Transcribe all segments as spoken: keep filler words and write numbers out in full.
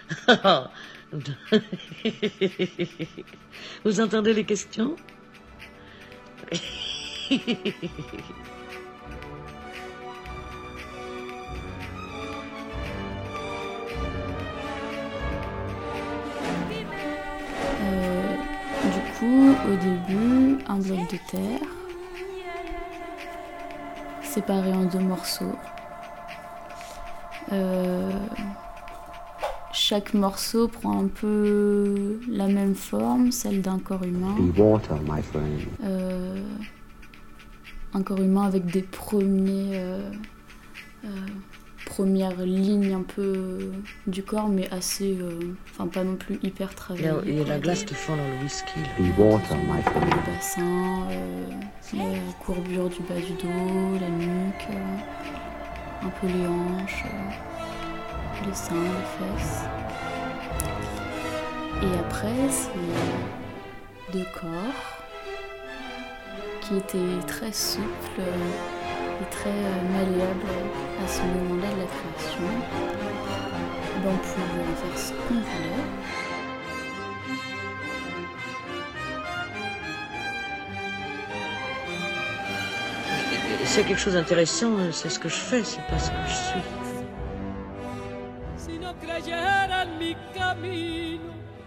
Vous entendez les questions? Euh, du coup, au début, un bloc de terre, séparé en deux morceaux. Euh, chaque morceau prend un peu la même forme, celle d'un corps humain. Water, my friend. Euh, un corps humain avec des premiers, euh, euh, premières lignes un peu du corps, mais assez, euh, enfin pas non plus hyper travaillées. Il y a la glace qui fond dans le whisky. Be water, my friend. Le bassin, euh, la courbure du bas du dos, la nuque, euh, un peu les hanches, euh, les seins, les fesses. Et après, c'est deux corps qui étaient très souples et très malléables à ce moment-là de la création. Ben, on pouvait en faire ce qu'on voulait. C'est quelque chose d'intéressant, c'est ce que je fais, c'est pas ce que je suis. Si no creyera en mi camino,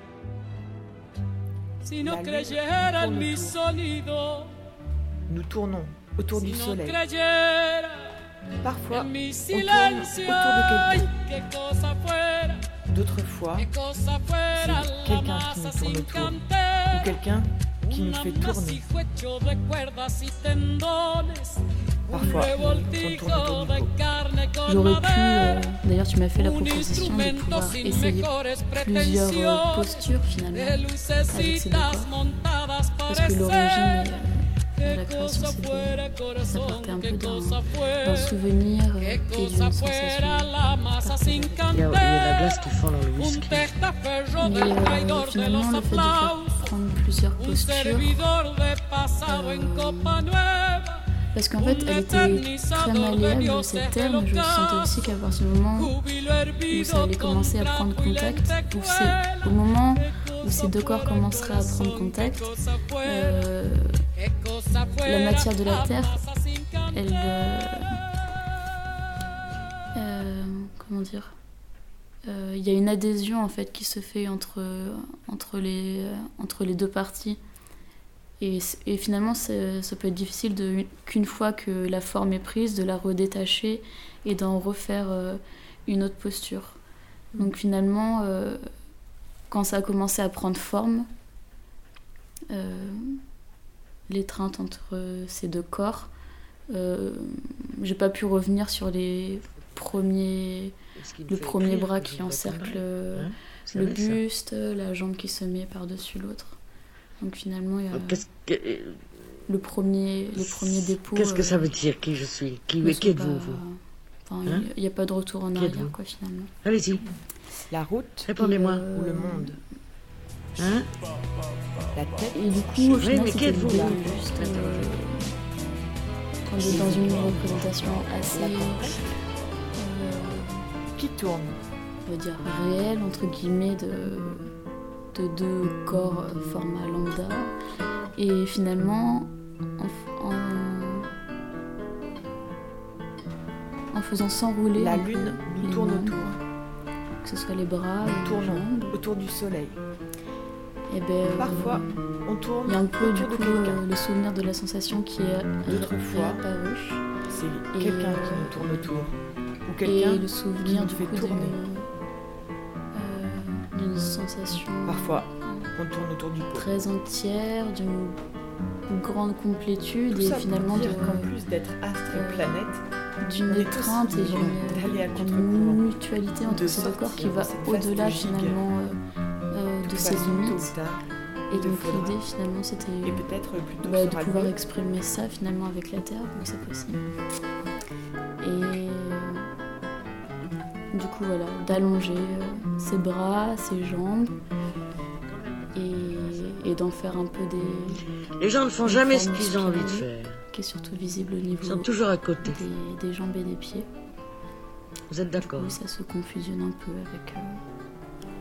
si no creyera en mi sonido, nous tournons autour du soleil. Parfois, en mi on tourne silencio, autour de ay, quelqu'un. qué cosa fuera, D'autres fois, qué cosa fuera c'est la quelqu'un qui masa nous tourne sin autour. Ou canter, quelqu'un qui nous un fait tourner. amasijo hecho de cuerdas y tendones, un Parfois, on tourne revoltijo autour du de pot. carne con J'aurais pu, euh, madera, d'ailleurs tu m'as fait la un proposition de instrumento pouvoir sin essayer mejores plusieurs euh, pretensiones, postures finalement de avec ces deux lucecitas corps. montadas Parce que l'origine parecer. euh, de la création, c'est de, ça partait un peu d'un, d'un souvenir euh, et d'une sensation partagée. Il y, a, il y a la glace qui fond dans le Un whisky. testaferro Mais del euh, traidor de finalement, los le fait de faire aplausos, prendre plusieurs un postures, servidor de pasado en Euh, copa nueva, parce qu'en fait, elle était très malléable cette terre, mais je sentais aussi qu'à partir du moment júbilo où ça hervido allait con commencer à prendre trapo y contact, où c'est lentejuela, au moment où ces deux corps commenceraient à prendre contact, euh, qué cosa la matière de la fuera terre, masa sin elle, canter. euh, euh, comment dire, euh, il y a une adhésion en fait qui se fait entre entre les euh, entre les deux parties. Et, et finalement, c'est, ça peut être difficile de, qu'une fois que la forme est prise, de la redétacher et d'en refaire euh, une autre posture. Donc finalement, euh, quand ça a commencé à prendre forme, euh, l'étreinte entre ces deux corps, euh, j'ai pas pu revenir sur les premiers, le premier bras qui encercle euh, C'est le vrai, ça. buste, la jambe qui se met par-dessus l'autre. Donc finalement, il y a Qu'est-ce que, le premier, les premiers dépôts. qu'est-ce que ça euh, veut dire, qui je suis? Qui, ne qui sont êtes-vous, pas- vous? Enfin, Hein il n'y a pas de retour en Qui arrière, êtes-vous quoi, finalement. Allez-y, La route répondez-moi. Euh, ou le monde. Hein? La tête Et du coup, au Oui, final, mais qui c'était êtes-vous, l'idée là juste euh, quand on est dans une représentation assez, euh, qui tourne. on va dire, réelle, entre guillemets, de, de deux corps euh, format lambda. Et finalement, en, en, en faisant s'enrouler La un peu lune nous les tourne membres, autour. que ce soit les bras, Nous les tournons jambes, autour du soleil. et ben, Parfois, euh, on tourne il y a un peu du autour de coup quelqu'un. euh, le souvenir de la sensation qui est D'autres euh, fois, réapparu. C'est Et, quelqu'un euh, qui nous tourne autour. Ou Et quelqu'un le qui souvenir nous du fait coup d'une, tourner. euh, d'une sensation Parfois, on tourne autour du pot. très entière, d'une grande complétude Tout et ça finalement pour dire de, qu'en plus d'être astre euh, et planète, d'une on est étreinte tous et vivants, d'aller à d'une, contre-courant, d'une mutualité entre de ces deux corps qui sortir va de cette vaste au-delà gigue. finalement euh, euh, de toute ses façon, tôt limites. ou tard, Et il te donc faudra. l'idée finalement c'était Et peut-être plus tôt bah, de sera pouvoir lieu. exprimer ça finalement avec la terre, donc c'est possible. Et du coup voilà, d'allonger euh, ses bras, ses jambes et, et d'en faire un peu des... Les gens ne font Une jamais ce forme qu'ils ont envie de spirale. faire. qui est surtout visible au niveau Ils sont toujours à côté. des, des jambes et des pieds. Vous êtes d'accord? Oui, ça se confusionne un peu avec, euh,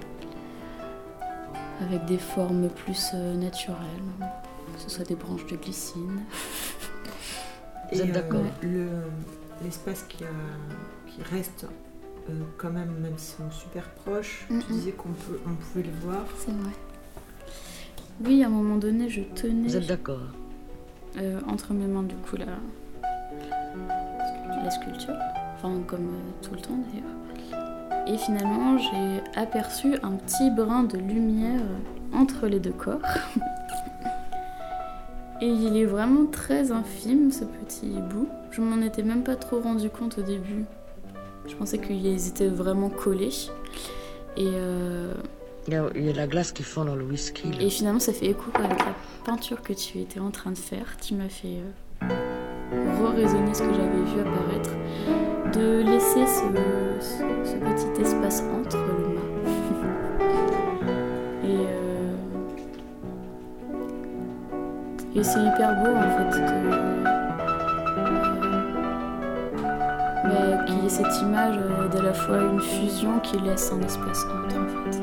avec des formes plus euh, naturelles, que ce soit des branches de glycine. Vous êtes Et, d'accord euh, le, l'espace qui, a, qui reste euh, quand même, même s'ils sont super proches, Mm-mm. tu disais qu'on peut, on pouvait le voir. C'est vrai. Oui, à un moment donné, je tenais Vous êtes d'accord euh, entre mes mains, du coup, la, la sculpture, enfin, comme euh, tout le temps d'ailleurs. Et finalement, j'ai aperçu un petit brin de lumière entre les deux corps. Et il est vraiment très infime, ce petit bout. Je m'en étais même pas trop rendu compte au début. Je pensais qu'ils étaient vraiment collés. Et, euh, il y, a, il y a la glace qui fond dans le whisky. Là. et finalement, ça fait écho avec la peinture que tu étais en train de faire. Tu m'as fait euh, re-raisonner ce que j'avais vu apparaître. De laisser ce, ce, ce petit espace entre le mât. Et... Euh, Et c'est hyper beau en fait de, euh, bah, qu'il y ait cette image euh, d'à la fois une fusion qui laisse un espace entre en fait.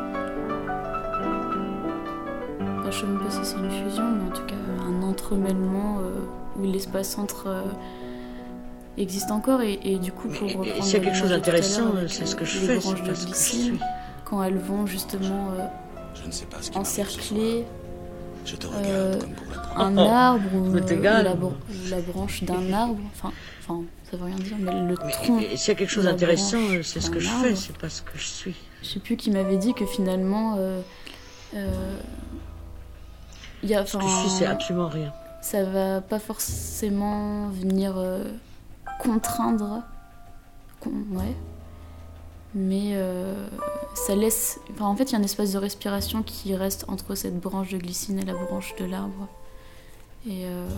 Enfin, je sais même pas si c'est une fusion, mais en tout cas un entremêlement euh, où l'espace entre euh, existe encore et, et du coup pour Et- et reprendre s'il y a quelque chose l'image de tout à d'intéressant, l'heure avec, c'est ce que je les fais, branches c'est de pas ce que je glycine, suis. quand elles vont justement euh, Je ne sais pas ce qui m'arrive ce encercler soir. Je te regarde euh, comme pour la première un arbre ou, C'est euh, égal. la, br- ou la branche d'un arbre, enfin, enfin, ça veut rien dire, mais le Mais- tronc. et S'il y a quelque chose la d'intéressant, branche c'est ce que d'un je arbre. fais, c'est pas ce que je suis. Je sais plus qui m'avait dit que finalement, euh, euh, y a, Ce que je suis, c'est absolument rien. ça va pas forcément venir euh, contraindre, con- ouais, mais euh, ça laisse. Enfin, en fait, il y a un espace de respiration qui reste entre cette branche de glycine et la branche de l'arbre. Et euh,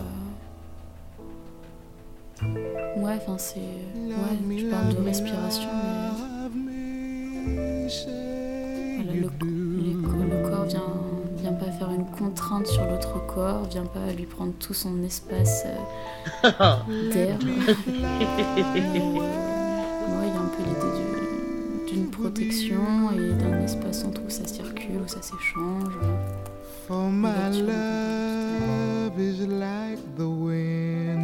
ouais, enfin, c'est. Ouais, je parle de respiration, mais. Voilà, le, les co- le corps vient, vient pas faire une contrainte sur l'autre corps, vient pas lui prendre tout son espace euh, d'air. Et, euh, ouais, il y a un peu l'idée du- d'une protection et d'un espace entre où ça circule, où ça s'échange. For my Ouverture. love is like the wind